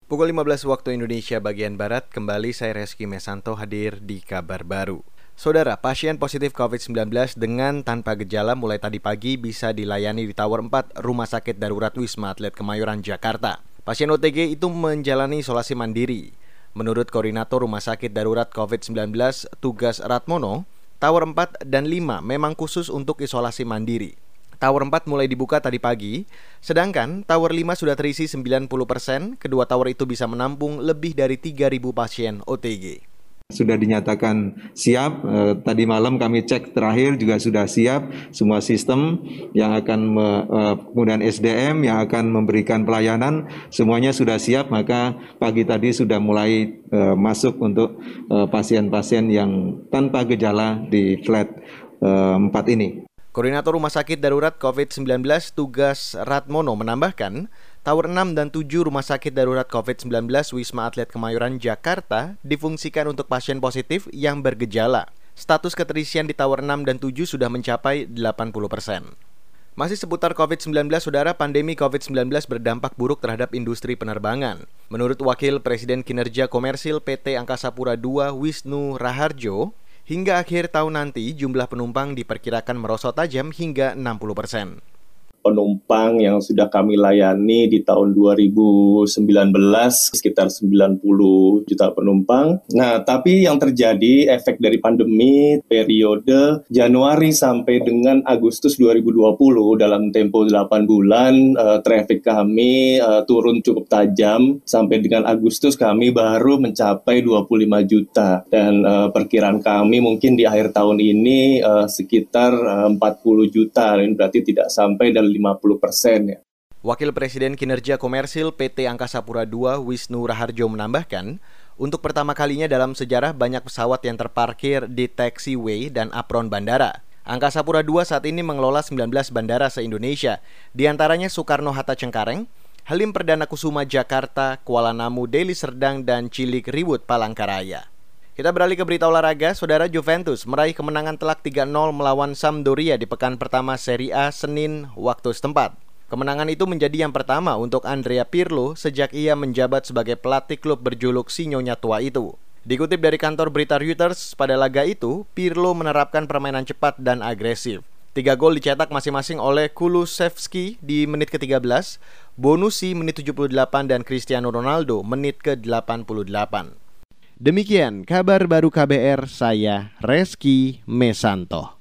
Pukul 15 waktu Indonesia bagian Barat, kembali saya Reski Mesanto hadir di kabar baru. Saudara, pasien positif COVID-19 dengan tanpa gejala mulai tadi pagi bisa dilayani di Tower 4 Rumah Sakit Darurat Wisma Atlet Kemayoran, Jakarta. Pasien OTG itu menjalani isolasi mandiri. Menurut Koordinator Rumah Sakit Darurat COVID-19 Tugas Ratmono, Tower 4 dan 5 memang khusus untuk isolasi mandiri. Tower 4 mulai dibuka tadi pagi, sedangkan Tower 5 sudah terisi 90%, kedua tower itu bisa menampung lebih dari 3.000 pasien OTG. Sudah dinyatakan siap, tadi malam kami cek terakhir juga sudah siap, semua sistem yang akan, kemudian SDM yang akan memberikan pelayanan, semuanya sudah siap, maka pagi tadi sudah mulai masuk untuk pasien-pasien yang tanpa gejala di flat 4 ini. Koordinator Rumah Sakit Darurat COVID-19 Tugas Ratmono menambahkan, Tower 6 dan 7 Rumah Sakit Darurat COVID-19 Wisma Atlet Kemayoran, Jakarta difungsikan untuk pasien positif yang bergejala. Status keterisian di Tower 6 dan 7 sudah mencapai 80%. Masih seputar COVID-19, saudara, pandemi COVID-19 berdampak buruk terhadap industri penerbangan. Menurut Wakil Presiden Kinerja Komersil PT Angkasa Pura II Wisnu Raharjo, hingga akhir tahun nanti, jumlah penumpang diperkirakan merosot tajam hingga 60%. Penumpang yang sudah kami layani di tahun 2019 sekitar 90 juta penumpang. Nah, tapi yang terjadi efek dari pandemi periode Januari sampai dengan Agustus 2020 dalam tempo 8 bulan, traffic kami turun cukup tajam. Sampai dengan Agustus kami baru mencapai 25 juta. Dan perkiraan kami mungkin di akhir tahun ini sekitar 40 juta. Ini berarti tidak sampai dari 50% ya. Wakil Presiden Kinerja Komersil PT Angkasa Pura II Wisnu Raharjo menambahkan, untuk pertama kalinya dalam sejarah banyak pesawat yang terparkir di taxiway dan apron bandara. Angkasa Pura II saat ini mengelola 19 bandara se-Indonesia, di antaranya Soekarno-Hatta Cengkareng, Halim Perdana Kusuma Jakarta, Kuala Namu Deli Serdang, dan Cilik Riwut Palangkaraya. Kita beralih ke berita olahraga, saudara. Juventus meraih kemenangan telak 3-0 melawan Sampdoria di pekan pertama Serie A Senin waktu setempat. Kemenangan itu menjadi yang pertama untuk Andrea Pirlo sejak ia menjabat sebagai pelatih klub berjuluk Sinyonya Tua itu. Dikutip dari kantor berita Reuters, pada laga itu, Pirlo menerapkan permainan cepat dan agresif. 3 gol dicetak masing-masing oleh Kulusevski di menit ke-13, Bonucci menit 78, dan Cristiano Ronaldo menit ke-88. Demikian kabar baru KBR, saya Reski Mesanto.